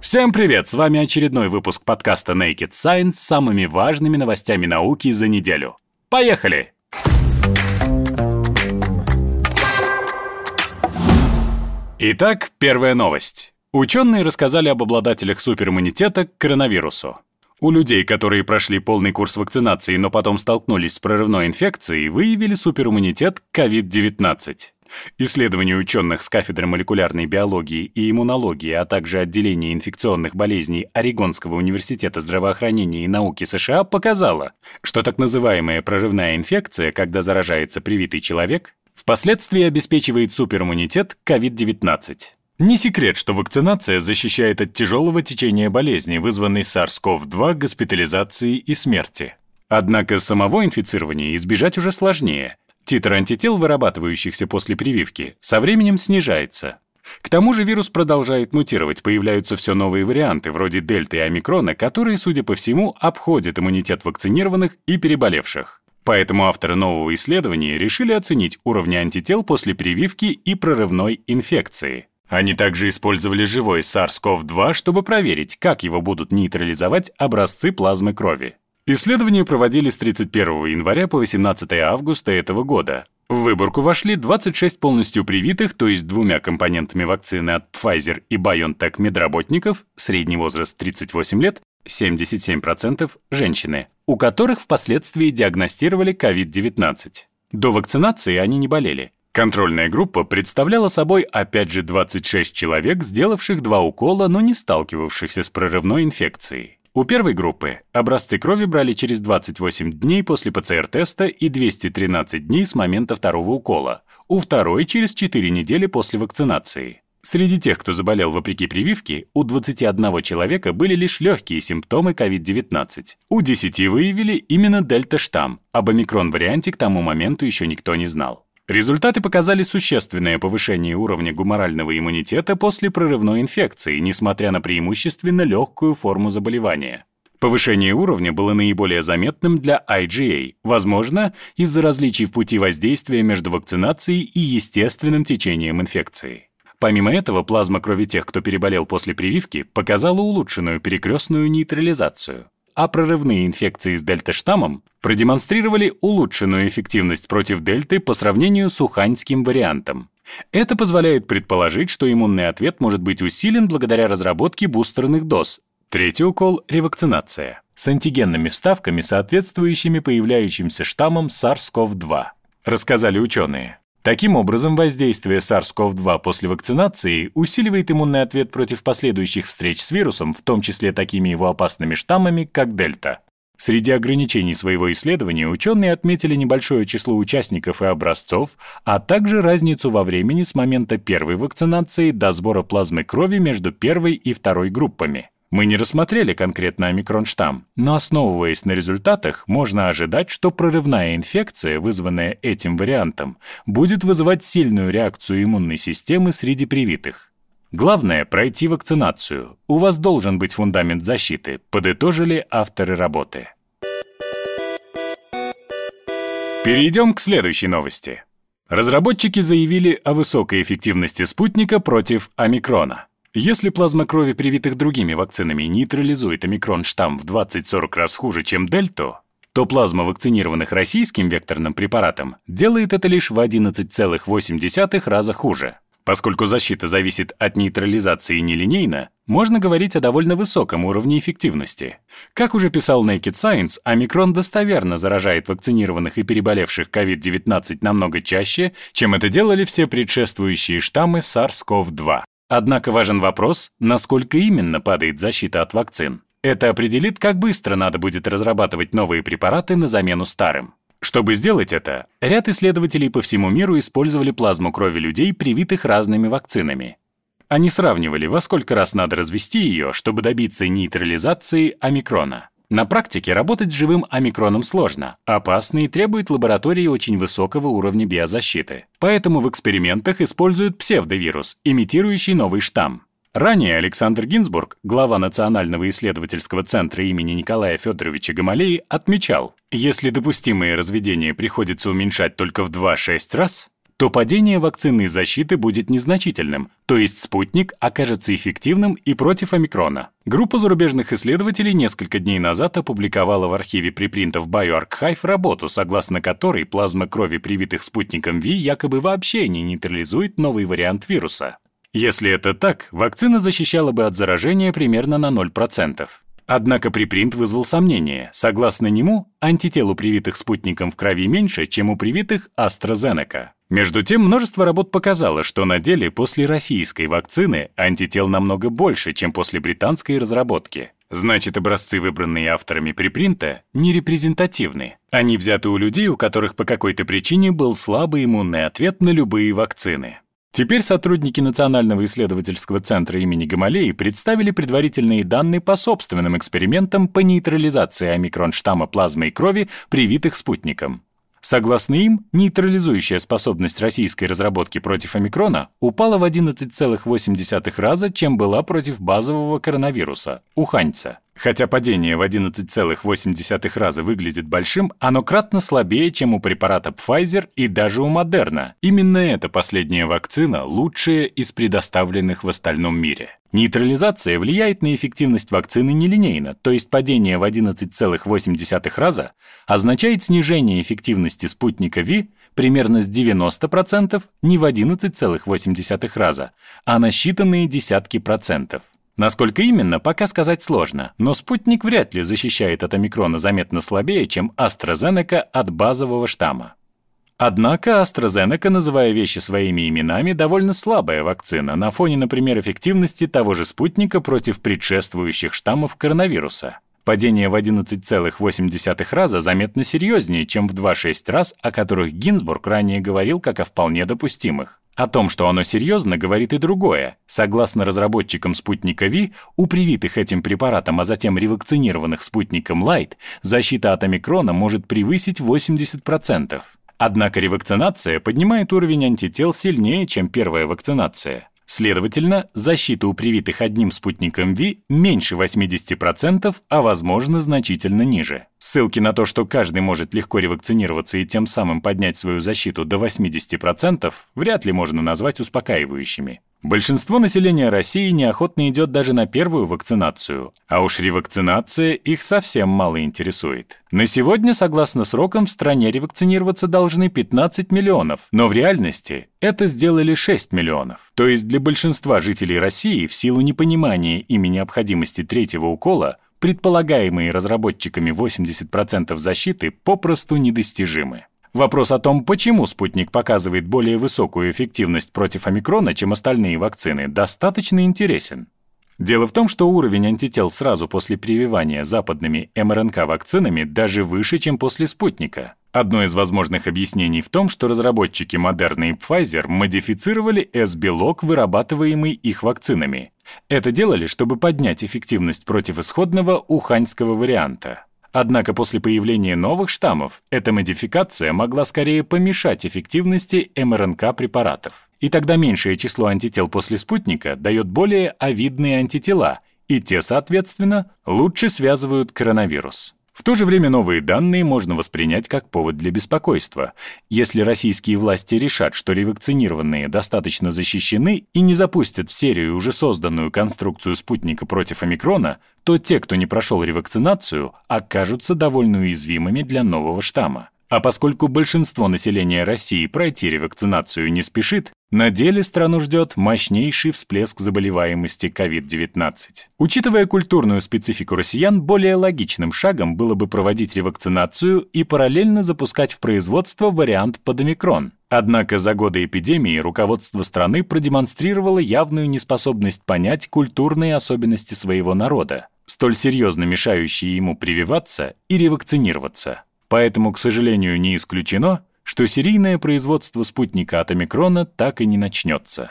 Всем привет! С вами очередной выпуск подкаста Naked Science с самыми важными новостями науки за неделю. Поехали! Итак, первая новость. Ученые рассказали об обладателях супериммунитета к коронавирусу. У людей, которые прошли полный курс вакцинации, но потом столкнулись с прорывной инфекцией, выявили супериммунитет к COVID-19. Исследование ученых с кафедры молекулярной биологии и иммунологии, а также отделения инфекционных болезней Орегонского университета здравоохранения и науки США показало, что так называемая прорывная инфекция, когда заражается привитый человек, впоследствии обеспечивает супериммунитет к COVID-19. Не секрет, что вакцинация защищает от тяжелого течения болезни, вызванной SARS-CoV-2, госпитализации и смерти. Однако самого инфицирования избежать уже сложнее. Титр антител, вырабатывающихся после прививки, со временем снижается. К тому же вирус продолжает мутировать, появляются все новые варианты, вроде дельты и омикрона, которые, судя по всему, обходят иммунитет вакцинированных и переболевших. Поэтому авторы нового исследования решили оценить уровни антител после прививки и прорывной инфекции. Они также использовали живой SARS-CoV-2, чтобы проверить, как его будут нейтрализовать образцы плазмы крови. Исследования проводили с 31 января по 18 августа этого года. В выборку вошли 26 полностью привитых, то есть двумя компонентами вакцины от Pfizer и BioNTech медработников, средний возраст 38 лет, 77% женщины, у которых впоследствии диагностировали COVID-19. До вакцинации они не болели. Контрольная группа представляла собой опять же 26 человек, сделавших 2 укола, но не сталкивавшихся с прорывной инфекцией. У первой группы образцы крови брали через 28 дней после ПЦР-теста и 213 дней с момента второго укола, у второй через 4 недели после вакцинации. Среди тех, кто заболел вопреки прививке, у 21 человека были лишь легкие симптомы COVID-19. У 10 выявили именно дельта-штамм, об омикрон-варианте к тому моменту еще никто не знал. Результаты показали существенное повышение уровня гуморального иммунитета после прорывной инфекции, несмотря на преимущественно легкую форму заболевания. Повышение уровня было наиболее заметным для IgA, возможно, из-за различий в пути воздействия между вакцинацией и естественным течением инфекции. Помимо этого, плазма крови тех, кто переболел после прививки, показала улучшенную перекрестную нейтрализацию. А прорывные инфекции с дельта-штаммом продемонстрировали улучшенную эффективность против дельты по сравнению с уханьским вариантом. Это позволяет предположить, что иммунный ответ может быть усилен благодаря разработке бустерных доз. Третий укол – ревакцинация, с антигенными вставками, соответствующими появляющимся штаммам SARS-CoV-2, рассказали ученые. Таким образом, воздействие SARS-CoV-2 после вакцинации усиливает иммунный ответ против последующих встреч с вирусом, в том числе такими его опасными штаммами, как дельта. Среди ограничений своего исследования ученые отметили небольшое число участников и образцов, а также разницу во времени с момента первой вакцинации до сбора плазмы крови между первой и второй группами. Мы не рассмотрели конкретно омикрон-штамм, но основываясь на результатах, можно ожидать, что прорывная инфекция, вызванная этим вариантом, будет вызывать сильную реакцию иммунной системы среди привитых. Главное – пройти вакцинацию. У вас должен быть фундамент защиты, подытожили авторы работы. Перейдем к следующей новости. Разработчики заявили о высокой эффективности спутника против омикрона. Если плазма крови, привитых другими вакцинами, нейтрализует омикрон-штамм в 20-40 раз хуже, чем дельту, то плазма вакцинированных российским векторным препаратом делает это лишь в 11,8 раза хуже. Поскольку защита зависит от нейтрализации нелинейно, можно говорить о довольно высоком уровне эффективности. Как уже писал Naked Science, омикрон достоверно заражает вакцинированных и переболевших COVID-19 намного чаще, чем это делали все предшествующие штаммы SARS-CoV-2. Однако важен вопрос, насколько именно падает защита от вакцин. Это определит, как быстро надо будет разрабатывать новые препараты на замену старым. Чтобы сделать это, ряд исследователей по всему миру использовали плазму крови людей, привитых разными вакцинами. Они сравнивали, во сколько раз надо развести ее, чтобы добиться нейтрализации омикрона. На практике работать с живым омикроном сложно, опасно и требует лаборатории очень высокого уровня биозащиты. Поэтому в экспериментах используют псевдовирус, имитирующий новый штамм. Ранее Александр Гинзбург, глава Национального исследовательского центра имени Николая Федоровича Гамалеи, отмечал, если допустимые разведения приходится уменьшать только в 2-6 раз, то падение вакцинной защиты будет незначительным, то есть спутник окажется эффективным и против омикрона. Группа зарубежных исследователей несколько дней назад опубликовала в архиве препринтов bioRxiv работу, согласно которой плазма крови привитых спутником V якобы вообще не нейтрализует новый вариант вируса. Если это так, вакцина защищала бы от заражения примерно на 0%. Однако препринт вызвал сомнения. Согласно нему, антител у привитых спутником в крови меньше, чем у привитых AstraZeneca. Между тем, множество работ показало, что на деле после российской вакцины антител намного больше, чем после британской разработки. Значит, образцы, выбранные авторами препринта, не репрезентативны. Они взяты у людей, у которых по какой-то причине был слабый иммунный ответ на любые вакцины. Теперь сотрудники Национального исследовательского центра имени Гамалеи представили предварительные данные по собственным экспериментам по нейтрализации омикрон-штамма плазмы и крови, привитых спутником. Согласно им, нейтрализующая способность российской разработки против омикрона упала в 11,8 раза, чем была против базового коронавируса – уханьца. Хотя падение в 11,8 раза выглядит большим, оно кратно слабее, чем у препарата Pfizer и даже у Moderna. Именно эта последняя вакцина лучшая из предоставленных в остальном мире. Нейтрализация влияет на эффективность вакцины нелинейно, то есть падение в 11,8 раза означает снижение эффективности спутника V примерно с 90% не в 11,8 раза, а на считанные десятки процентов. Насколько именно, пока сказать сложно, но спутник вряд ли защищает от омикрона заметно слабее, чем AstraZeneca от базового штамма. Однако AstraZeneca, называя вещи своими именами, довольно слабая вакцина на фоне, например, эффективности того же спутника против предшествующих штаммов коронавируса. Падение в 11,8 раза заметно серьезнее, чем в 2,6 раз, о которых Гинзбург ранее говорил как о вполне допустимых. О том, что оно серьезно, говорит и другое. Согласно разработчикам спутника V, у привитых этим препаратом, а затем ревакцинированных спутником Light, защита от омикрона может превысить 80%. Однако ревакцинация поднимает уровень антител сильнее, чем первая вакцинация. Следовательно, защита у привитых одним спутником V меньше 80%, а возможно значительно ниже. Ссылки на то, что каждый может легко ревакцинироваться и тем самым поднять свою защиту до 80%, вряд ли можно назвать успокаивающими. Большинство населения России неохотно идет даже на первую вакцинацию, а уж ревакцинация их совсем мало интересует. На сегодня, согласно срокам, в стране ревакцинироваться должны 15 миллионов, но в реальности это сделали 6 миллионов. То есть для большинства жителей России в силу непонимания ими необходимости третьего укола предполагаемые разработчиками 80% защиты попросту недостижимы. Вопрос о том, почему спутник показывает более высокую эффективность против омикрона, чем остальные вакцины, достаточно интересен. Дело в том, что уровень антител сразу после прививания западными МРНК-вакцинами даже выше, чем после спутника. Одно из возможных объяснений в том, что разработчики Moderna и Pfizer модифицировали S-белок, вырабатываемый их вакцинами. Это делали, чтобы поднять эффективность против исходного уханьского варианта. Однако после появления новых штаммов эта модификация могла скорее помешать эффективности МРНК-препаратов. И тогда меньшее число антител после спутника дает более овидные антитела, и те, соответственно, лучше связывают коронавирус. В то же время новые данные можно воспринять как повод для беспокойства. Если российские власти решат, что ревакцинированные достаточно защищены и не запустят в серию уже созданную конструкцию спутника против омикрона, то те, кто не прошел ревакцинацию, окажутся довольно уязвимыми для нового штамма. А поскольку большинство населения России пройти ревакцинацию не спешит, на деле страну ждет мощнейший всплеск заболеваемости COVID-19. Учитывая культурную специфику россиян, более логичным шагом было бы проводить ревакцинацию и параллельно запускать в производство вариант под омикрон. Однако за годы эпидемии руководство страны продемонстрировало явную неспособность понять культурные особенности своего народа, столь серьезно мешающие ему прививаться и ревакцинироваться. Поэтому, к сожалению, не исключено, что серийное производство спутника от омикрона так и не начнется.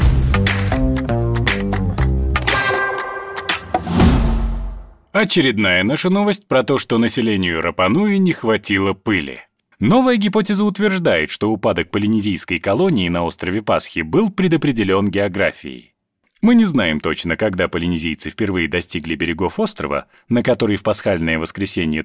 Очередная наша новость про то, что населению Рапануи не хватило пыли. Новая гипотеза утверждает, что упадок полинезийской колонии на острове Пасхи был предопределен географией. Мы не знаем точно, когда полинезийцы впервые достигли берегов острова, на который в пасхальное воскресенье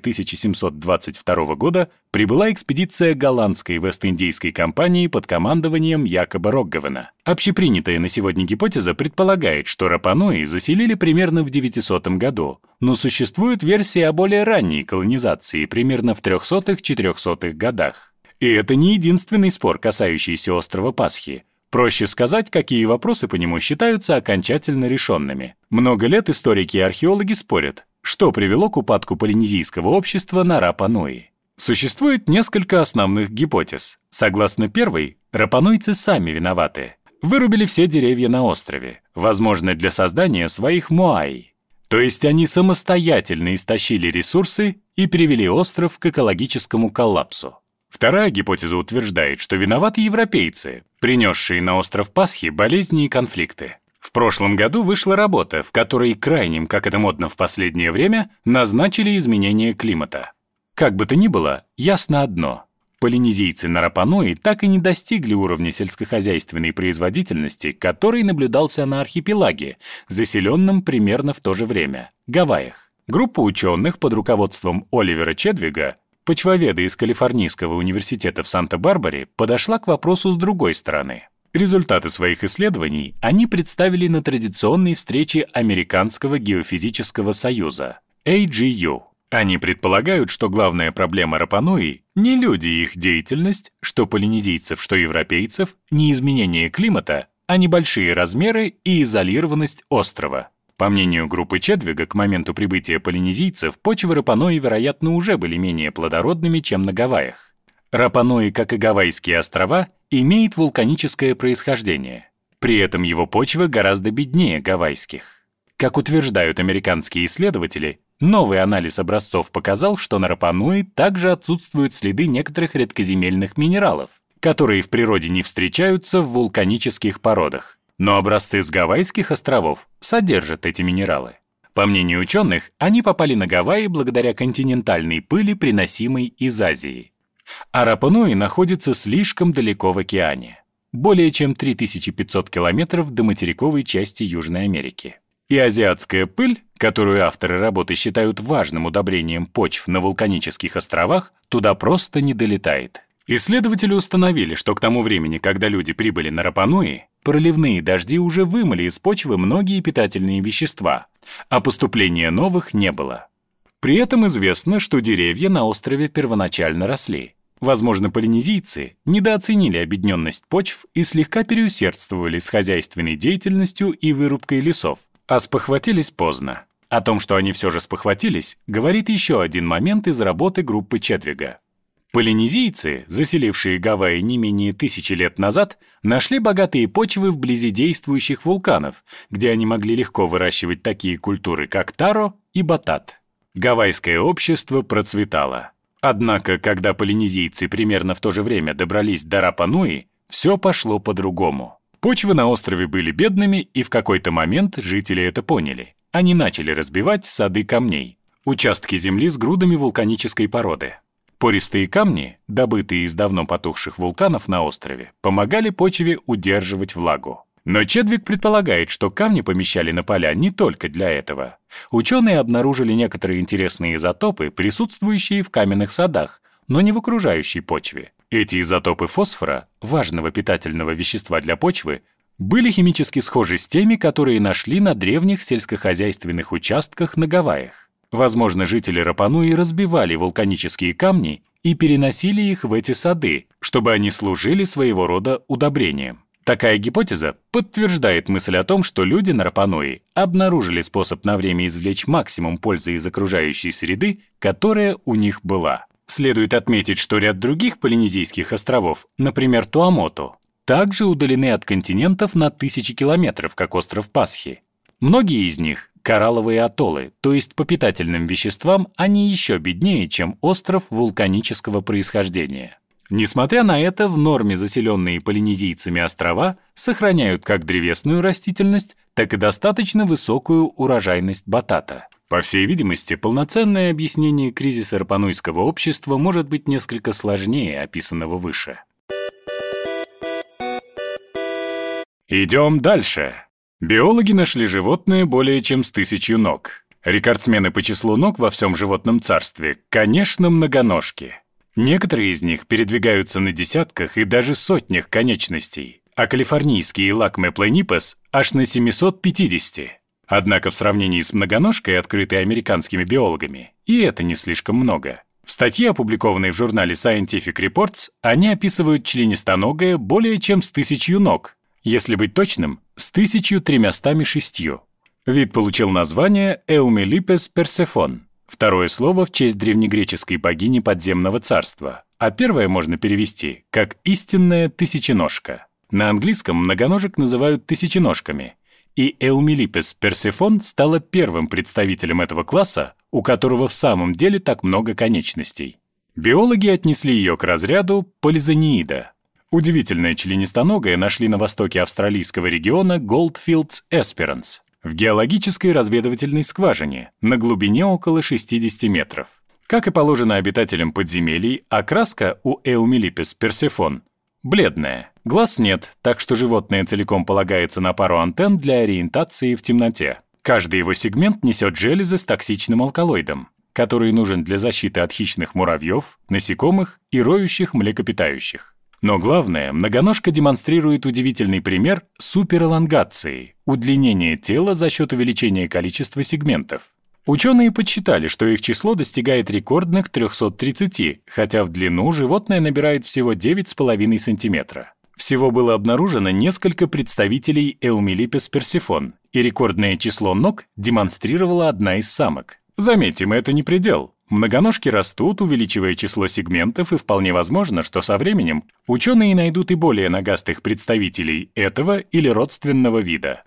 1722 года прибыла экспедиция голландской Вест-Индийской компании под командованием Якоба Роггевена. Общепринятая на сегодня гипотеза предполагает, что Рапа-Нуи заселили примерно в 900 году, но существует версия о более ранней колонизации примерно в 300-400 годах. И это не единственный спор, касающийся острова Пасхи. Проще сказать, какие вопросы по нему считаются окончательно решенными. Много лет историки и археологи спорят, что привело к упадку полинезийского общества на Рапа-Нуи. Существует несколько основных гипотез. Согласно первой, рапануйцы сами виноваты. Вырубили все деревья на острове, возможно, для создания своих моаи. То есть они самостоятельно истощили ресурсы и привели остров к экологическому коллапсу. Вторая гипотеза утверждает, что виноваты европейцы, принесшие на остров Пасхи болезни и конфликты. В прошлом году вышла работа, в которой крайним, как это модно в последнее время, назначили изменение климата. Как бы то ни было, ясно одно. Полинезийцы на Рапа-Нуи так и не достигли уровня сельскохозяйственной производительности, который наблюдался на архипелаге, заселенном примерно в то же время – Гавайях. Группа ученых под руководством Оливера Чедвига, почвоведа из Калифорнийского университета в Санта-Барбаре, подошла к вопросу с другой стороны. Результаты своих исследований они представили на традиционной встрече Американского геофизического союза AGU. Они предполагают, что главная проблема Рапа-Нуи не люди и их деятельность, что полинезийцев, что европейцев, не изменение климата, а небольшие размеры и изолированность острова. По мнению группы Чедвига, к моменту прибытия полинезийцев почвы Рапа-Нуи, вероятно, уже были менее плодородными, чем на Гавайях. Рапа-Нуи, как и Гавайские острова, имеет вулканическое происхождение. При этом его почвы гораздо беднее гавайских. Как утверждают американские исследователи, новый анализ образцов показал, что на Рапа-Нуи также отсутствуют следы некоторых редкоземельных минералов, которые в природе не встречаются в вулканических породах. Но образцы с Гавайских островов содержат эти минералы. По мнению ученых, они попали на Гавайи благодаря континентальной пыли, приносимой из Азии. А Рапа-Нуи находится слишком далеко в океане, более чем 3500 километров до материковой части Южной Америки. И азиатская пыль, которую авторы работы считают важным удобрением почв на вулканических островах, туда просто не долетает. Исследователи установили, что к тому времени, когда люди прибыли на Рапа-Нуи, проливные дожди уже вымыли из почвы многие питательные вещества, а поступления новых не было. При этом известно, что деревья на острове первоначально росли. Возможно, полинезийцы недооценили обедненность почв и слегка переусердствовали с хозяйственной деятельностью и вырубкой лесов, а спохватились поздно. О том, что они все же спохватились, говорит еще один момент из работы группы Чедвига. Полинезийцы, заселившие Гавайи не менее 1000 лет назад, нашли богатые почвы вблизи действующих вулканов, где они могли легко выращивать такие культуры, как таро и батат. Гавайское общество процветало. Однако, когда полинезийцы примерно в то же время добрались до Рапа-Нуи, все пошло по-другому. Почвы на острове были бедными, и в какой-то момент жители это поняли. Они начали разбивать сады камней, участки земли с грудами вулканической породы. Пористые камни, добытые из давно потухших вулканов на острове, помогали почве удерживать влагу. Но Чедвик предполагает, что камни помещали на поля не только для этого. Ученые обнаружили некоторые интересные изотопы, присутствующие в каменных садах, но не в окружающей почве. Эти изотопы фосфора, важного питательного вещества для почвы, были химически схожи с теми, которые нашли на древних сельскохозяйственных участках на Гавайях. Возможно, жители Рапа-Нуи разбивали вулканические камни и переносили их в эти сады, чтобы они служили своего рода удобрением. Такая гипотеза подтверждает мысль о том, что люди на Рапа-Нуи обнаружили способ на время извлечь максимум пользы из окружающей среды, которая у них была. Следует отметить, что ряд других полинезийских островов, например, Туамоту, также удалены от континентов на 1000 километров, как остров Пасхи. Многие из них – коралловые атоллы, то есть по питательным веществам они еще беднее, чем остров вулканического происхождения. Несмотря на это, в норме заселенные полинезийцами острова сохраняют как древесную растительность, так и достаточно высокую урожайность батата. По всей видимости, полноценное объяснение кризиса рапануйского общества может быть несколько сложнее описанного выше. Идем дальше. Биологи нашли животное более чем с 1000 ног. Рекордсмены по числу ног во всем животном царстве, конечно, многоножки. Некоторые из них передвигаются на десятках и даже сотнях конечностей, а калифорнийский Лакме пленипес аж на 750. Однако в сравнении с многоножкой, открытой американскими биологами, и это не слишком много. В статье, опубликованной в журнале Scientific Reports, они описывают членистоногое более чем с 1000 ног. Если быть точным, с 1306. Вид получил название Eumelipes persephone, второе слово в честь древнегреческой богини подземного царства, а первое можно перевести как «истинная тысяченожка». На английском многоножек называют тысяченожками, и Eumelipes persephone стала первым представителем этого класса, у которого в самом деле так много конечностей. Биологи отнесли ее к разряду полизониида. Удивительное членистоногое нашли на востоке австралийского региона Goldfields Esperance в геологической разведывательной скважине на глубине около 60 метров. Как и положено обитателям подземелий, окраска у Eumelipes persephone бледная. Глаз нет, так что животное целиком полагается на пару антенн для ориентации в темноте. Каждый его сегмент несет железы с токсичным алкалоидом, который нужен для защиты от хищных муравьев, насекомых и роющих млекопитающих. Но главное, многоножка демонстрирует удивительный пример суперэлонгации, удлинения тела за счет увеличения количества сегментов. Ученые подсчитали, что их число достигает рекордных 330, хотя в длину животное набирает всего 9,5 см. Всего было обнаружено несколько представителей Eumelipes persephone, и рекордное число ног демонстрировала одна из самок. Заметим, это не предел. Многоножки растут, увеличивая число сегментов, и вполне возможно, что со временем ученые найдут и более ногастых представителей этого или родственного вида.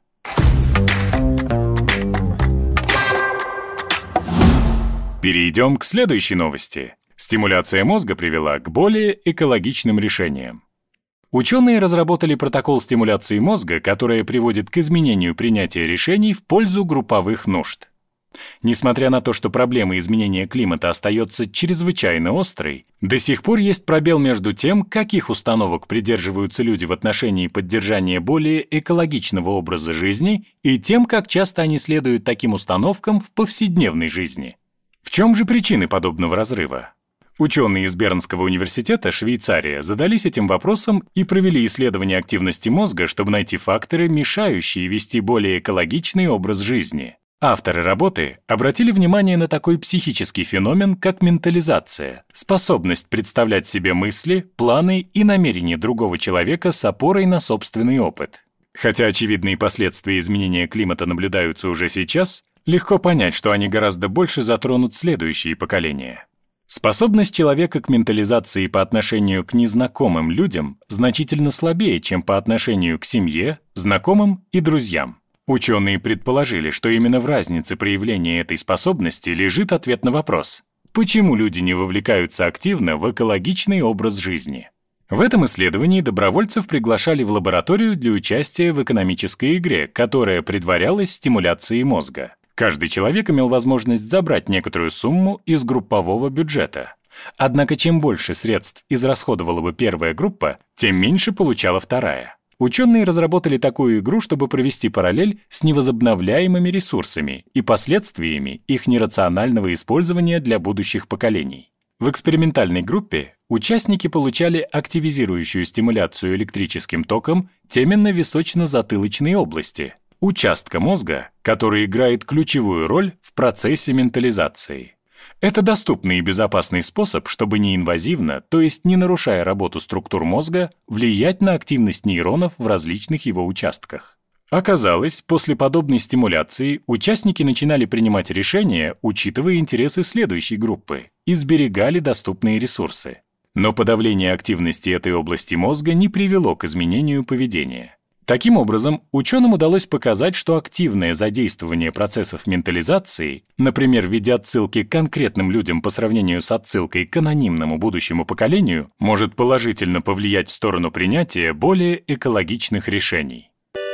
Перейдем к следующей новости. Стимуляция мозга привела к более экологичным решениям. Ученые разработали протокол стимуляции мозга, который приводит к изменению принятия решений в пользу групповых нужд. Несмотря на то, что проблема изменения климата остается чрезвычайно острой, до сих пор есть пробел между тем, каких установок придерживаются люди в отношении поддержания более экологичного образа жизни, и тем, как часто они следуют таким установкам в повседневной жизни. В чем же причины подобного разрыва? Ученые из Бернского университета, Швейцария, задались этим вопросом и провели исследование активности мозга, чтобы найти факторы, мешающие вести более экологичный образ жизни. Авторы работы обратили внимание на такой психический феномен, как ментализация, способность представлять себе мысли, планы и намерения другого человека с опорой на собственный опыт. Хотя очевидные последствия изменения климата наблюдаются уже сейчас, легко понять, что они гораздо больше затронут следующие поколения. Способность человека к ментализации по отношению к незнакомым людям значительно слабее, чем по отношению к семье, знакомым и друзьям. Ученые предположили, что именно в разнице проявления этой способности лежит ответ на вопрос, почему люди не вовлекаются активно в экологичный образ жизни. В этом исследовании добровольцев приглашали в лабораторию для участия в экономической игре, которая предварялась стимуляцией мозга. Каждый человек имел возможность забрать некоторую сумму из группового бюджета. Однако чем больше средств израсходовала бы первая группа, тем меньше получала вторая. Ученые разработали такую игру, чтобы провести параллель с невозобновляемыми ресурсами и последствиями их нерационального использования для будущих поколений. В экспериментальной группе участники получали активизирующую стимуляцию электрическим током теменно-височно-затылочной области, участка мозга, который играет ключевую роль в процессе ментализации. Это доступный и безопасный способ, чтобы неинвазивно, то есть не нарушая работу структур мозга, влиять на активность нейронов в различных его участках. Оказалось, после подобной стимуляции участники начинали принимать решения, учитывая интересы следующей группы, и сберегали доступные ресурсы. Но подавление активности этой области мозга не привело к изменению поведения. Таким образом, ученым удалось показать, что активное задействование процессов ментализации, например, в виде отсылки к конкретным людям по сравнению с отсылкой к анонимному будущему поколению, может положительно повлиять в сторону принятия более экологичных решений.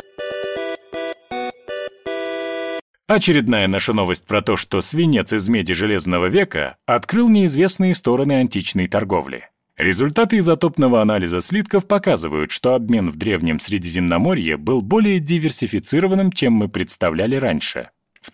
Очередная наша новость про то, что свинец из меди Железного века открыл неизвестные стороны античной торговли. Результаты изотопного анализа слитков показывают, что обмен в Древнем Средиземноморье был более диверсифицированным, чем мы представляли раньше. В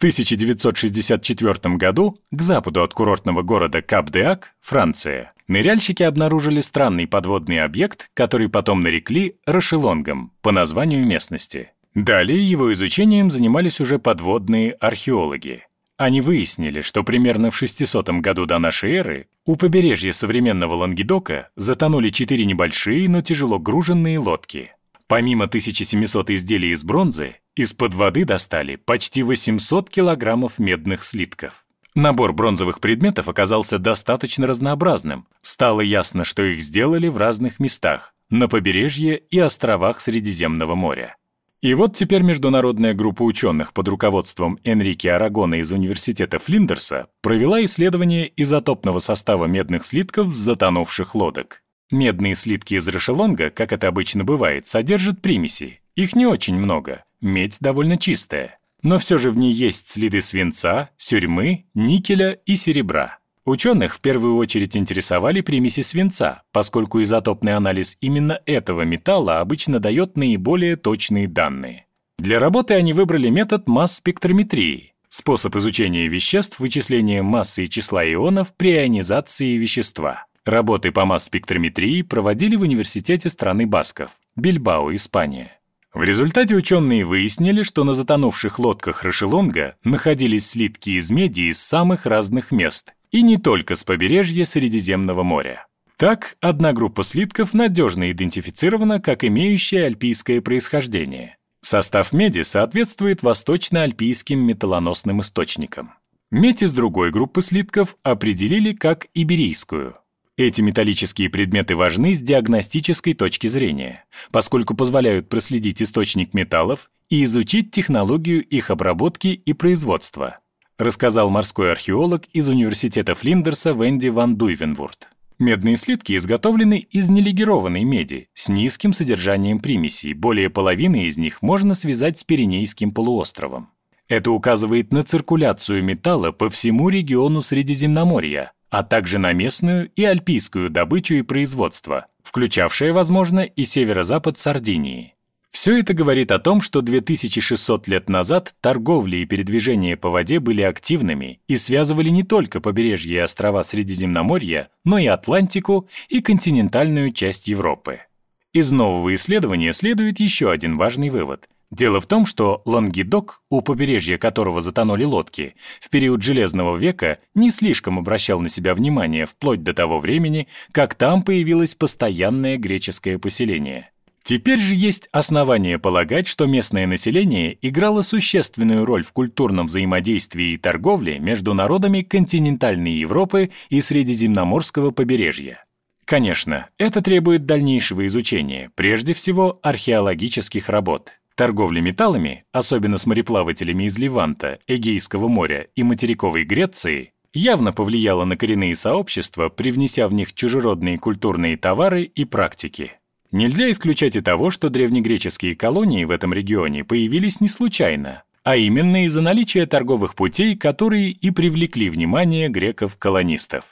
1964 году к западу от курортного города Кап-де-Ак, Франция, ныряльщики обнаружили странный подводный объект, который потом нарекли Рашелонгом по названию местности. Далее его изучением занимались уже подводные археологи. Они выяснили, что примерно в 600 году до нашей эры у побережья современного Лангедока затонули 4 небольшие, но тяжело груженные лодки. Помимо 1700 изделий из бронзы, из-под воды достали почти 800 килограммов медных слитков. Набор бронзовых предметов оказался достаточно разнообразным. Стало ясно, что их сделали в разных местах, на побережье и островах Средиземного моря. И вот теперь международная группа ученых под руководством Энрике Арагона из университета Флиндерса провела исследование изотопного состава медных слитков с затонувших лодок. Медные слитки из Рашелонга, как это обычно бывает, содержат примеси. Их не очень много, медь довольно чистая. Но все же в ней есть следы свинца, сюрьмы, никеля и серебра. Ученых в первую очередь интересовали примеси свинца, поскольку изотопный анализ именно этого металла обычно дает наиболее точные данные. Для работы они выбрали метод масс-спектрометрии, способ изучения веществ вычислением массы и числа ионов при ионизации вещества. Работы по масс-спектрометрии проводили в университете страны Басков, Бильбао, Испания. В результате ученые выяснили, что на затонувших лодках Рашелонга находились слитки из меди из самых разных мест, и не только с побережья Средиземного моря. Так, одна группа слитков надежно идентифицирована как имеющая альпийское происхождение. Состав меди соответствует восточно-альпийским металлоносным источникам. Медь из другой группы слитков определили как иберийскую. Эти металлические предметы важны с диагностической точки зрения, поскольку позволяют проследить источник металлов и изучить технологию их обработки и производства, рассказал морской археолог из университета Флиндерса Венди ван Дуйвенвурт. Медные слитки изготовлены из нелегированной меди с низким содержанием примесей, более половины из них можно связать с Пиренейским полуостровом. Это указывает на циркуляцию металла по всему региону Средиземноморья, а также на местную и альпийскую добычу и производство, включавшее, возможно, и северо-запад Сардинии. Все это говорит о том, что 2600 лет назад торговля и передвижение по воде были активными и связывали не только побережье и острова Средиземноморья, но и Атлантику и континентальную часть Европы. Из нового исследования следует еще один важный вывод. Дело в том, что Лангедок, у побережья которого затонули лодки, в период Железного века не слишком обращал на себя внимание вплоть до того времени, как там появилось постоянное греческое поселение. Теперь же есть основания полагать, что местное население играло существенную роль в культурном взаимодействии и торговле между народами континентальной Европы и Средиземноморского побережья. Конечно, это требует дальнейшего изучения, прежде всего археологических работ. Торговля металлами, особенно с мореплавателями из Леванта, Эгейского моря и материковой Греции, явно повлияла на коренные сообщества, привнеся в них чужеродные культурные товары и практики. Нельзя исключать и того, что древнегреческие колонии в этом регионе появились не случайно, а именно из-за наличия торговых путей, которые и привлекли внимание греков-колонистов.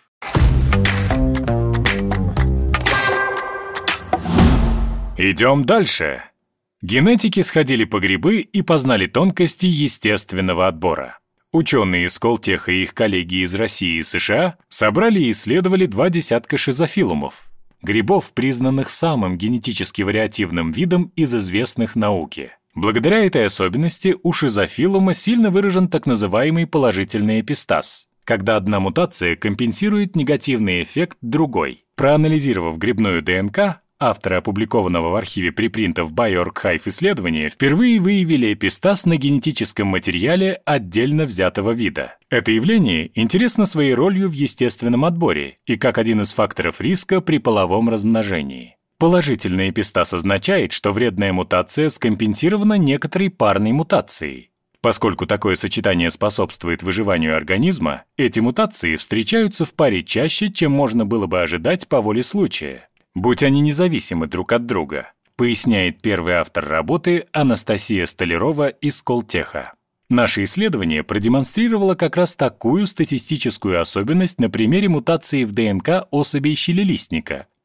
Идем дальше. Генетики сходили по грибы и познали тонкости естественного отбора. Ученые из Сколтеха и их коллеги из России и США собрали и исследовали 2 десятка шизофилумов, грибов, признанных самым генетически вариативным видом из известных науке. Благодаря этой особенности у шизофилума сильно выражен так называемый положительный эпистаз, когда одна мутация компенсирует негативный эффект другой. Проанализировав грибную ДНК, авторы опубликованного в архиве препринтов BioArchive исследования впервые выявили эпистаз на генетическом материале отдельно взятого вида. Это явление интересно своей ролью в естественном отборе и как один из факторов риска при половом размножении. Положительный эпистаз означает, что вредная мутация скомпенсирована некоторой парной мутацией. Поскольку такое сочетание способствует выживанию организма, эти мутации встречаются в паре чаще, чем можно было бы ожидать по воле случая, будь они независимы друг от друга, поясняет первый автор работы Анастасия Столярова из Сколтеха. Наше исследование продемонстрировало как раз такую статистическую особенность на примере мутации в ДНК особей щелелистника,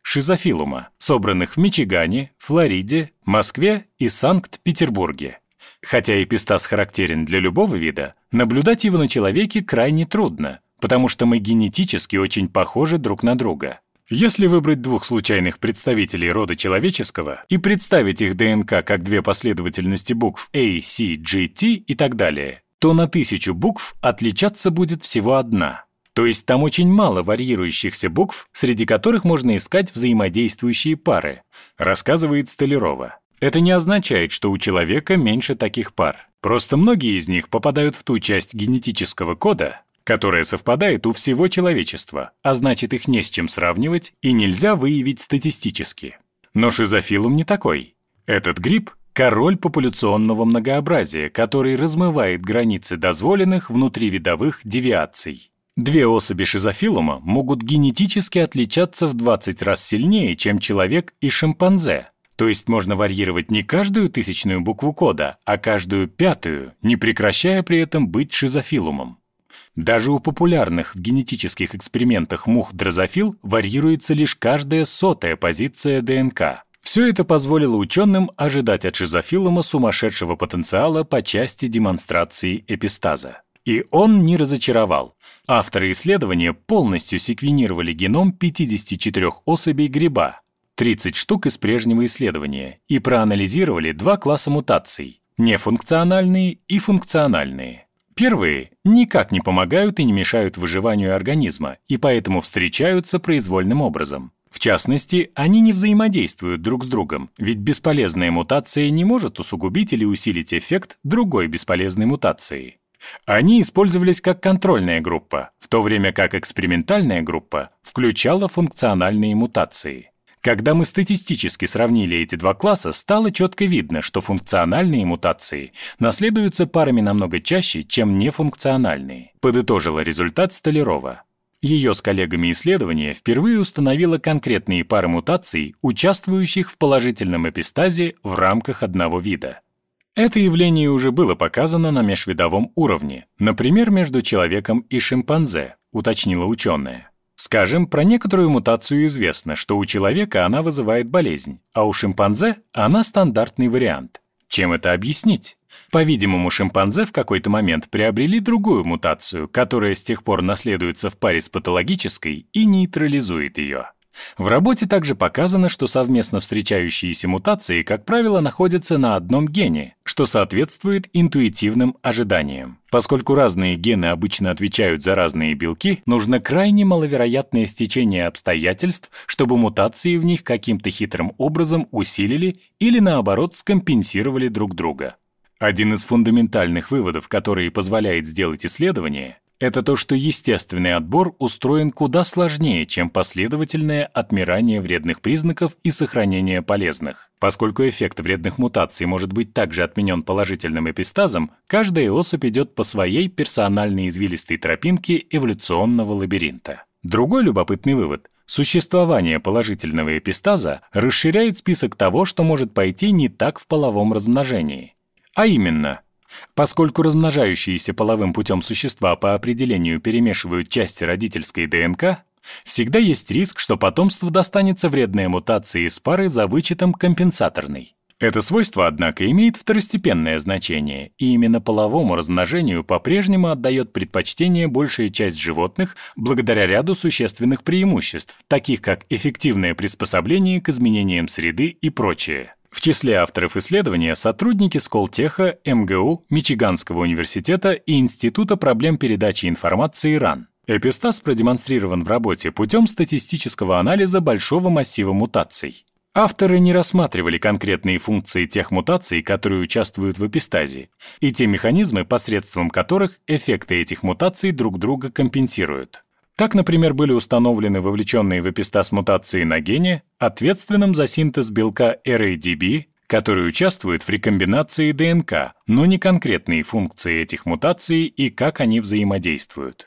шизофилума, собранных в Мичигане, Флориде, Москве и Санкт-Петербурге. Хотя эпистаз характерен для любого вида, наблюдать его на человеке крайне трудно, потому что мы генетически очень похожи друг на друга. Если выбрать двух случайных представителей рода человеческого и представить их ДНК как две последовательности букв A, C, G, T и так далее, то на 1000 букв отличаться будет всего одна. То есть там очень мало варьирующихся букв, среди которых можно искать взаимодействующие пары, рассказывает Столярова. Это не означает, что у человека меньше таких пар. Просто многие из них попадают в ту часть генетического кода, которая совпадает у всего человечества, а значит, их не с чем сравнивать и нельзя выявить статистически. Но шизофилум не такой. Этот гриб – король популяционного многообразия, который размывает границы дозволенных внутривидовых девиаций. Две особи шизофилума могут генетически отличаться в 20 раз сильнее, чем человек и шимпанзе. То есть можно варьировать не каждую 1000-ю букву кода, а каждую 5-ю, не прекращая при этом быть шизофилумом. Даже у популярных в генетических экспериментах мух дрозофил варьируется лишь каждая 100-я позиция ДНК. Все это позволило ученым ожидать от шизофилума сумасшедшего потенциала по части демонстрации эпистаза. И он не разочаровал. Авторы исследования полностью секвенировали геном 54 особей гриба, 30 штук из прежнего исследования, и проанализировали 2 класса мутаций – нефункциональные и функциональные. Первые никак не помогают и не мешают выживанию организма, и поэтому встречаются произвольным образом. В частности, они не взаимодействуют друг с другом, ведь бесполезная мутация не может усугубить или усилить эффект другой бесполезной мутации. Они использовались как контрольная группа, в то время как экспериментальная группа включала функциональные мутации. Когда мы статистически сравнили эти 2 класса, стало четко видно, что функциональные мутации наследуются парами намного чаще, чем нефункциональные, подытожила результат Столярова. Ее с коллегами исследование впервые установило конкретные пары мутаций, участвующих в положительном эпистазе в рамках одного вида. Это явление уже было показано на межвидовом уровне, например, между человеком и шимпанзе, уточнила ученая. Скажем, про некоторую мутацию известно, что у человека она вызывает болезнь, а у шимпанзе она стандартный вариант. Чем это объяснить? По-видимому, шимпанзе в какой-то момент приобрели другую мутацию, которая с тех пор наследуется в паре с патологической и нейтрализует ее. В работе также показано, что совместно встречающиеся мутации, как правило, находятся на одном гене, что соответствует интуитивным ожиданиям. Поскольку разные гены обычно отвечают за разные белки, нужно крайне маловероятное стечение обстоятельств, чтобы мутации в них каким-то хитрым образом усилили или, наоборот, скомпенсировали друг друга. Один из фундаментальных выводов, который позволяет сделать исследование, это то, что естественный отбор устроен куда сложнее, чем последовательное отмирание вредных признаков и сохранение полезных. Поскольку эффект вредных мутаций может быть также отменен положительным эпистазом, каждая особь идет по своей персональной извилистой тропинке эволюционного лабиринта. Другой любопытный вывод – существование положительного эпистаза расширяет список того, что может пойти не так в половом размножении. А именно, поскольку размножающиеся половым путем существа по определению перемешивают части родительской ДНК, всегда есть риск, что потомству достанется вредная мутация из пары за вычетом компенсаторной. Это свойство, однако, имеет второстепенное значение, и именно половому размножению по-прежнему отдает предпочтение большая часть животных благодаря ряду существенных преимуществ, таких как эффективное приспособление к изменениям среды и прочее. В числе авторов исследования сотрудники Сколтеха, МГУ, Мичиганского университета и Института проблем передачи информации РАН. Эпистаз продемонстрирован в работе путем статистического анализа большого массива мутаций. Авторы не рассматривали конкретные функции тех мутаций, которые участвуют в эпистазе, и те механизмы, посредством которых эффекты этих мутаций друг друга компенсируют. Так, например, были установлены вовлеченные в эпистаз мутации на гене, ответственном за синтез белка RADB, который участвует в рекомбинации ДНК, но не конкретные функции этих мутаций и как они взаимодействуют.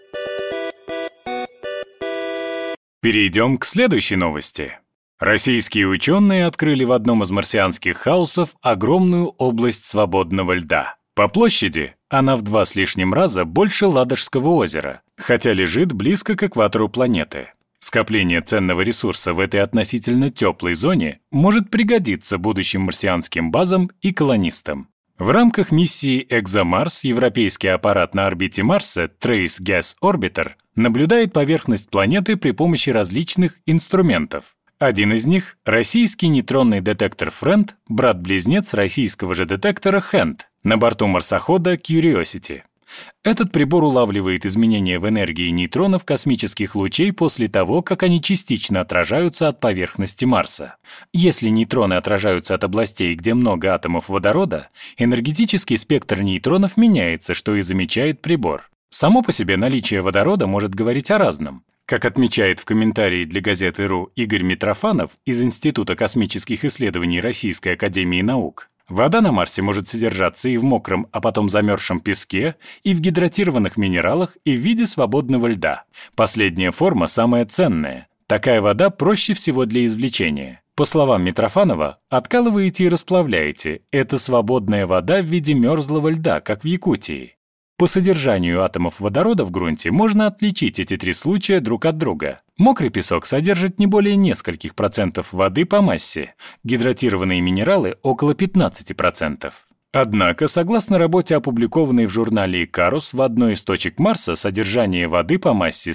Перейдем к следующей новости. Российские ученые открыли в одном из марсианских хаосов огромную область свободного льда. По площади она в 2 с лишним раза больше Ладожского озера, хотя лежит близко к экватору планеты. Скопление ценного ресурса в этой относительно теплой зоне может пригодиться будущим марсианским базам и колонистам. В рамках миссии «Экзомарс» европейский аппарат на орбите Марса Trace Gas Orbiter наблюдает поверхность планеты при помощи различных инструментов. Один из них — российский нейтронный детектор FRIEND, брат-близнец российского же детектора HAND на борту марсохода Curiosity. Этот прибор улавливает изменения в энергии нейтронов космических лучей после того, как они частично отражаются от поверхности Марса. Если нейтроны отражаются от областей, где много атомов водорода, энергетический спектр нейтронов меняется, что и замечает прибор. Само по себе наличие водорода может говорить о разном. Как отмечает в комментарии для газеты РУ Игорь Митрофанов из Института космических исследований Российской академии наук, вода на Марсе может содержаться и в мокром, а потом замерзшем песке, и в гидратированных минералах, и в виде свободного льда. Последняя форма самая ценная. Такая вода проще всего для извлечения. По словам Митрофанова, откалываете и расплавляете. Это свободная вода в виде мерзлого льда, как в Якутии. По содержанию атомов водорода в грунте можно отличить эти три случая друг от друга. Мокрый песок содержит не более нескольких процентов воды по массе, гидратированные минералы – около 15%. Однако, согласно работе, опубликованной в журнале Икарус, в одной из точек Марса содержание воды по массе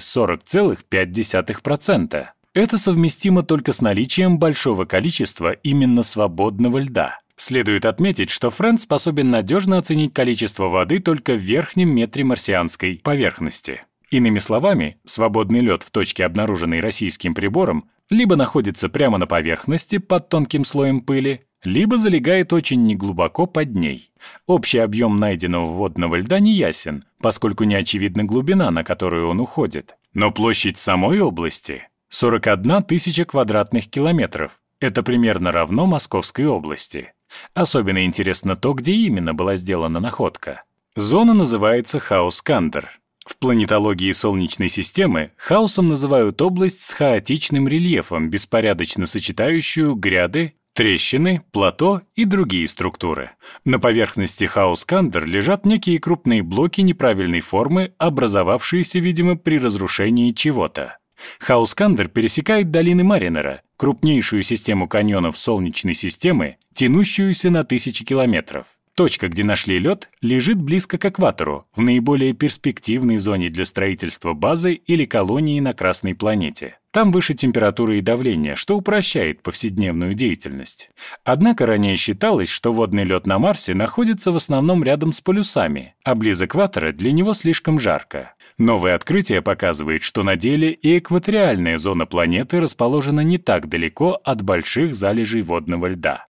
40,5%. Это совместимо только с наличием большого количества именно свободного льда. Следует отметить, что FRIEND способен надежно оценить количество воды только в верхнем метре марсианской поверхности. Иными словами, свободный лед в точке, обнаруженной российским прибором, либо находится прямо на поверхности под тонким слоем пыли, либо залегает очень неглубоко под ней. Общий объем найденного водного льда не ясен, поскольку не очевидна глубина, на которую он уходит. Но площадь самой области – 41 тысяча квадратных километров. Это примерно равно Московской области. Особенно интересно то, где именно была сделана находка. Зона называется Хаус-Кандер. В планетологии Солнечной системы хаосом называют область с хаотичным рельефом, беспорядочно сочетающую гряды, трещины, плато и другие структуры. На поверхности Хаус-Кандер лежат некие крупные блоки неправильной формы, образовавшиеся, видимо, при разрушении чего-то. Хаус-Кандер пересекает долины Маринера, крупнейшую систему каньонов Солнечной системы, тянущуюся на тысячи километров. Точка, где нашли лед, лежит близко к экватору, в наиболее перспективной зоне для строительства базы или колонии на Красной планете. Там выше температура и давление, что упрощает повседневную деятельность. Однако ранее считалось, что водный лед на Марсе находится в основном рядом с полюсами, а близ экватора для него слишком жарко. Новое открытие показывает, что на деле и экваториальная зона планеты расположена не так далеко от больших залежей водного льда.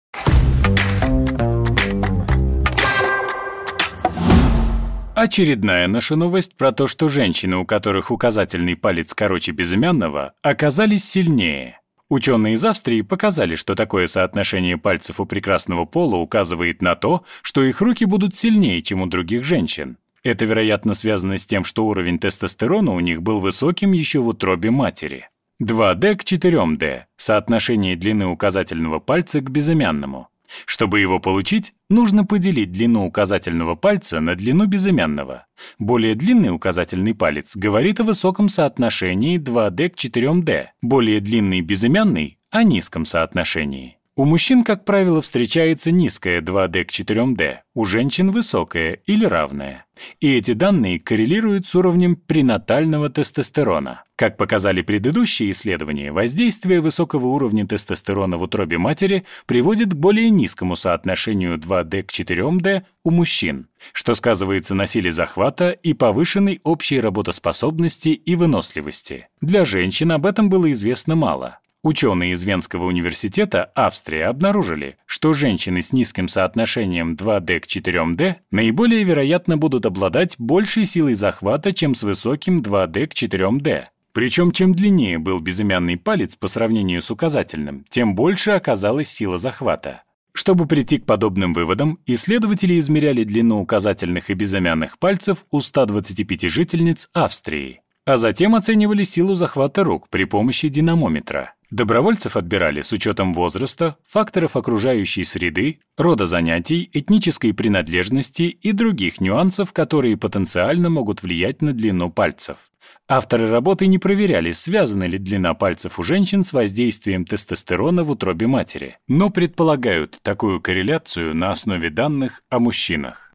Очередная наша новость про то, что женщины, у которых указательный палец короче безымянного, оказались сильнее. Ученые из Австрии показали, что такое соотношение пальцев у прекрасного пола указывает на то, что их руки будут сильнее, чем у других женщин. Это, вероятно, связано с тем, что уровень тестостерона у них был высоким еще в утробе матери. 2D к 4D – соотношение длины указательного пальца к безымянному. Чтобы его получить, нужно поделить длину указательного пальца на длину безымянного. Более длинный указательный палец говорит о высоком соотношении 2D к 4D, более длинный безымянный – о низком соотношении. У мужчин, как правило, встречается низкое 2D к 4D, у женщин высокое или равное. И эти данные коррелируют с уровнем пренатального тестостерона. Как показали предыдущие исследования, воздействие высокого уровня тестостерона в утробе матери приводит к более низкому соотношению 2D к 4D у мужчин, что сказывается на силе захвата и повышенной общей работоспособности и выносливости. Для женщин об этом было известно мало. Ученые из Венского университета, Австрия, обнаружили, что женщины с низким соотношением 2D к 4D наиболее вероятно будут обладать большей силой захвата, чем с высоким 2D к 4D. Причем, чем длиннее был безымянный палец по сравнению с указательным, тем больше оказалась сила захвата. Чтобы прийти к подобным выводам, исследователи измеряли длину указательных и безымянных пальцев у 125 жительниц Австрии, а затем оценивали силу захвата рук при помощи динамометра. Добровольцев отбирали с учетом возраста, факторов окружающей среды, рода занятий, этнической принадлежности и других нюансов, которые потенциально могут влиять на длину пальцев. Авторы работы не проверяли, связана ли длина пальцев у женщин с воздействием тестостерона в утробе матери, но предполагают такую корреляцию на основе данных о мужчинах.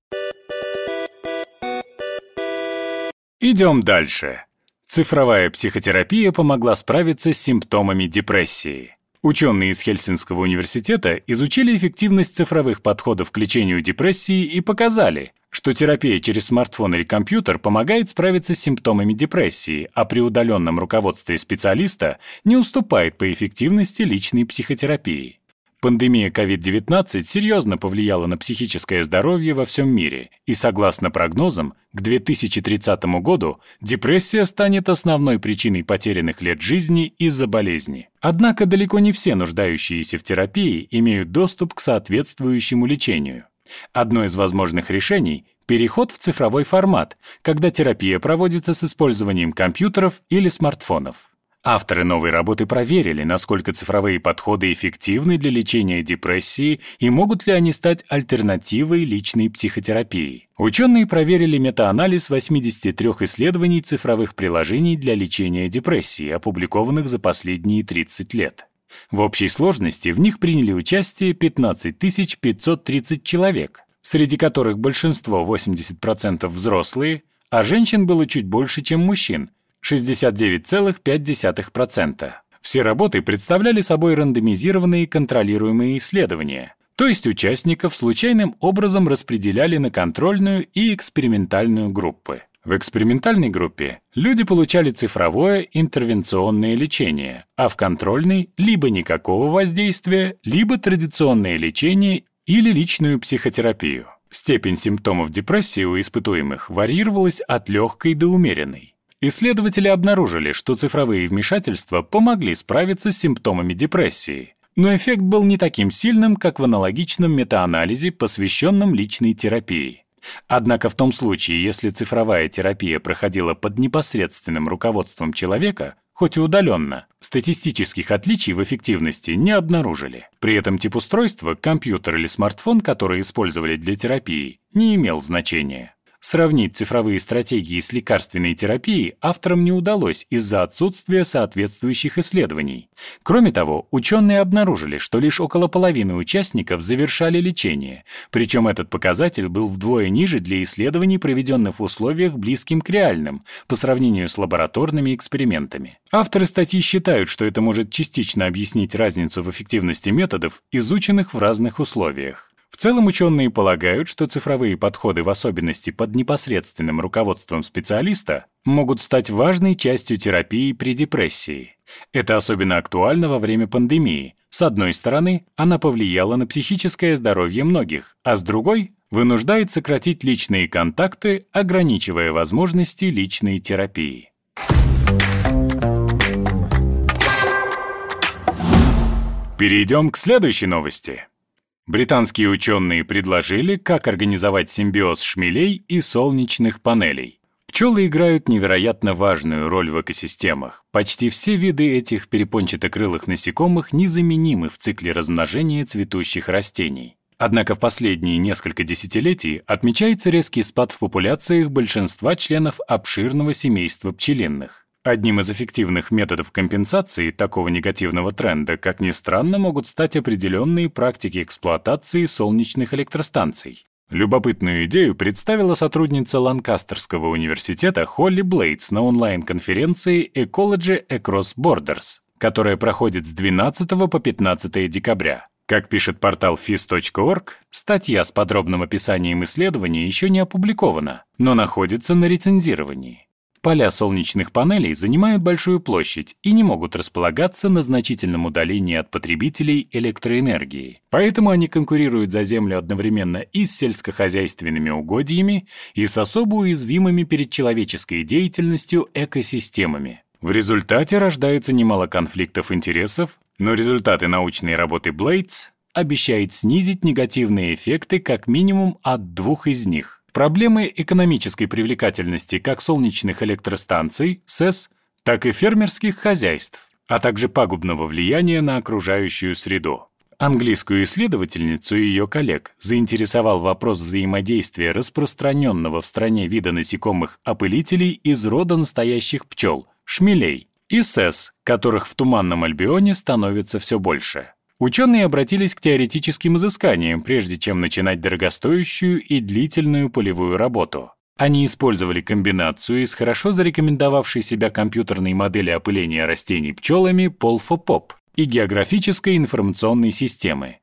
Идем дальше. Цифровая психотерапия помогла справиться с симптомами депрессии. Ученые из Хельсинского университета изучили эффективность цифровых подходов к лечению депрессии и показали, что терапия через смартфон или компьютер помогает справиться с симптомами депрессии, а при удаленном руководстве специалиста не уступает по эффективности личной психотерапии. Пандемия COVID-19 серьезно повлияла на психическое здоровье во всем мире, и, согласно прогнозам, к 2030 году депрессия станет основной причиной потерянных лет жизни из-за болезни. Однако далеко не все нуждающиеся в терапии имеют доступ к соответствующему лечению. Одно из возможных решений – переход в цифровой формат, когда терапия проводится с использованием компьютеров или смартфонов. Авторы новой работы проверили, насколько цифровые подходы эффективны для лечения депрессии и могут ли они стать альтернативой личной психотерапии. Ученые проверили метаанализ 83 исследований цифровых приложений для лечения депрессии, опубликованных за последние 30 лет. В общей сложности в них приняли участие 15 530 человек, среди которых большинство 80% взрослые, а женщин было чуть больше, чем мужчин, 69,5%. Все работы представляли собой рандомизированные контролируемые исследования, то есть участников случайным образом распределяли на контрольную и экспериментальную группы. В экспериментальной группе люди получали цифровое интервенционное лечение, а в контрольной либо никакого воздействия, либо традиционное лечение или личную психотерапию. Степень симптомов депрессии у испытуемых варьировалась от легкой до умеренной. Исследователи обнаружили, что цифровые вмешательства помогли справиться с симптомами депрессии, но эффект был не таким сильным, как в аналогичном метаанализе, посвященном личной терапии. Однако в том случае, если цифровая терапия проходила под непосредственным руководством человека, хоть и удаленно, статистических отличий в эффективности не обнаружили. При этом тип устройства, компьютер или смартфон, которые использовали для терапии, не имел значения. Сравнить цифровые стратегии с лекарственной терапией авторам не удалось из-за отсутствия соответствующих исследований. Кроме того, ученые обнаружили, что лишь около половины участников завершали лечение, причем этот показатель был вдвое ниже для исследований, проведенных в условиях, близким к реальным, по сравнению с лабораторными экспериментами. Авторы статьи считают, что это может частично объяснить разницу в эффективности методов, изученных в разных условиях. В целом ученые полагают, что цифровые подходы, в особенности под непосредственным руководством специалиста, могут стать важной частью терапии при депрессии. Это особенно актуально во время пандемии. С одной стороны, она повлияла на психическое здоровье многих, а с другой – вынуждает сократить личные контакты, ограничивая возможности личной терапии. Перейдем к следующей новости. Британские ученые предложили, как организовать симбиоз шмелей и солнечных панелей. Пчелы играют невероятно важную роль в экосистемах. Почти все виды этих перепончатокрылых насекомых незаменимы в цикле размножения цветущих растений. Однако в последние несколько десятилетий отмечается резкий спад в популяциях большинства членов обширного семейства пчелиных. Одним из эффективных методов компенсации такого негативного тренда, как ни странно, могут стать определенные практики эксплуатации солнечных электростанций. Любопытную идею представила сотрудница Ланкастерского университета Холли Блейтс на онлайн-конференции Ecology Across Borders, которая проходит с 12 по 15 декабря. Как пишет портал phys.org, статья с подробным описанием исследования еще не опубликована, но находится на рецензировании. Поля солнечных панелей занимают большую площадь и не могут располагаться на значительном удалении от потребителей электроэнергии. Поэтому они конкурируют за землю одновременно и с сельскохозяйственными угодьями, и с особо уязвимыми перед человеческой деятельностью экосистемами. В результате рождается немало конфликтов интересов, но результаты научной работы Блейтс обещают снизить негативные эффекты как минимум от двух из них. Проблемы экономической привлекательности как солнечных электростанций, СЭС, так и фермерских хозяйств. а также пагубного влияния на окружающую среду. Английскую исследовательницу и ее коллег заинтересовал вопрос взаимодействия распространенного в стране вида насекомых-опылителей из рода настоящих пчел – шмелей, и СЭС, которых в Туманном Альбионе становится все больше. Ученые обратились к теоретическим изысканиям, прежде чем начинать дорогостоящую и длительную полевую работу. Они использовали комбинацию из хорошо зарекомендовавшей себя компьютерной модели опыления растений пчелами Polfopop и географической информационной системы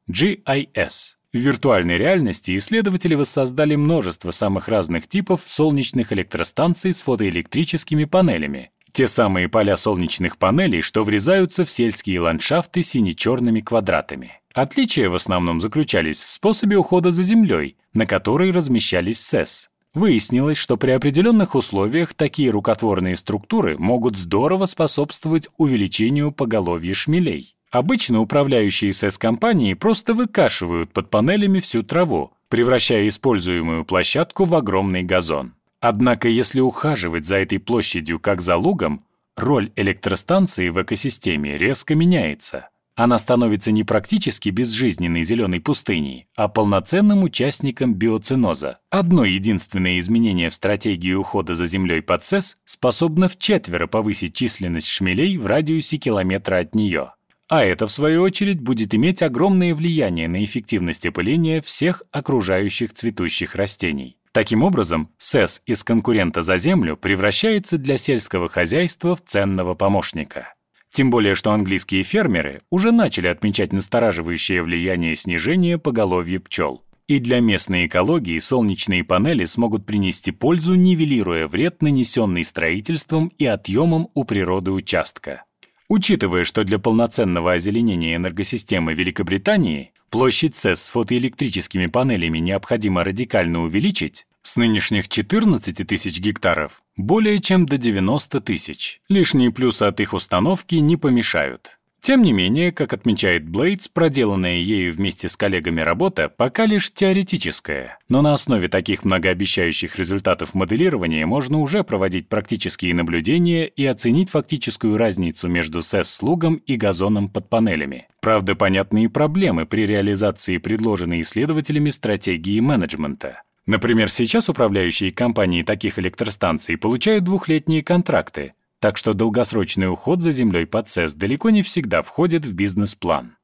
GIS. В виртуальной реальности исследователи воссоздали множество самых разных типов солнечных электростанций с фотоэлектрическими панелями. Те самые поля солнечных панелей, что врезаются в сельские ландшафты сине-черными квадратами. Отличия в основном заключались в способе ухода за землей, на которой размещались СЭС. Выяснилось, что при определенных условиях такие рукотворные структуры могут здорово способствовать увеличению поголовья шмелей. Обычно управляющие СЭС-компании просто выкашивают под панелями всю траву, превращая используемую площадку в огромный газон. Однако, если ухаживать за этой площадью как за лугом, роль электростанции в экосистеме резко меняется. Она становится не практически безжизненной зеленой пустыней, а полноценным участником биоценоза. Одно единственное изменение в стратегии ухода за землей под СЭС способно вчетверо повысить численность шмелей в радиусе километра от нее. А это, в свою очередь, будет иметь огромное влияние на эффективность опыления всех окружающих цветущих растений. Таким образом, СЭС из конкурента за землю превращается для сельского хозяйства в ценного помощника. Тем более, что английские фермеры уже начали отмечать настораживающее влияние снижения поголовья пчел. И для местной экологии солнечные панели смогут принести пользу, нивелируя вред, нанесенный строительством и отъемом у природы участка. Учитывая, что для полноценного озеленения энергосистемы Великобритании площадь СЭС с фотоэлектрическими панелями необходимо радикально увеличить, с нынешних 14 тысяч гектаров более чем до 90 тысяч. Лишние плюсы от их установки не помешают. Тем не менее, как отмечает Блейдс, проделанная ею вместе с коллегами работа пока лишь теоретическая, но на основе таких многообещающих результатов моделирования можно уже проводить практические наблюдения и оценить фактическую разницу между СЭС-слугом и газоном под панелями. Правда, понятны и проблемы при реализации предложенной исследователями стратегии менеджмента. Например, сейчас управляющие компании таких электростанций получают двухлетние контракты, так что долгосрочный уход за землей под СЭС далеко не всегда входит в бизнес-план.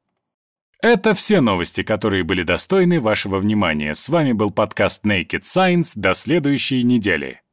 Это все новости, которые были достойны вашего внимания. С вами был подкаст Naked Science. До следующей недели.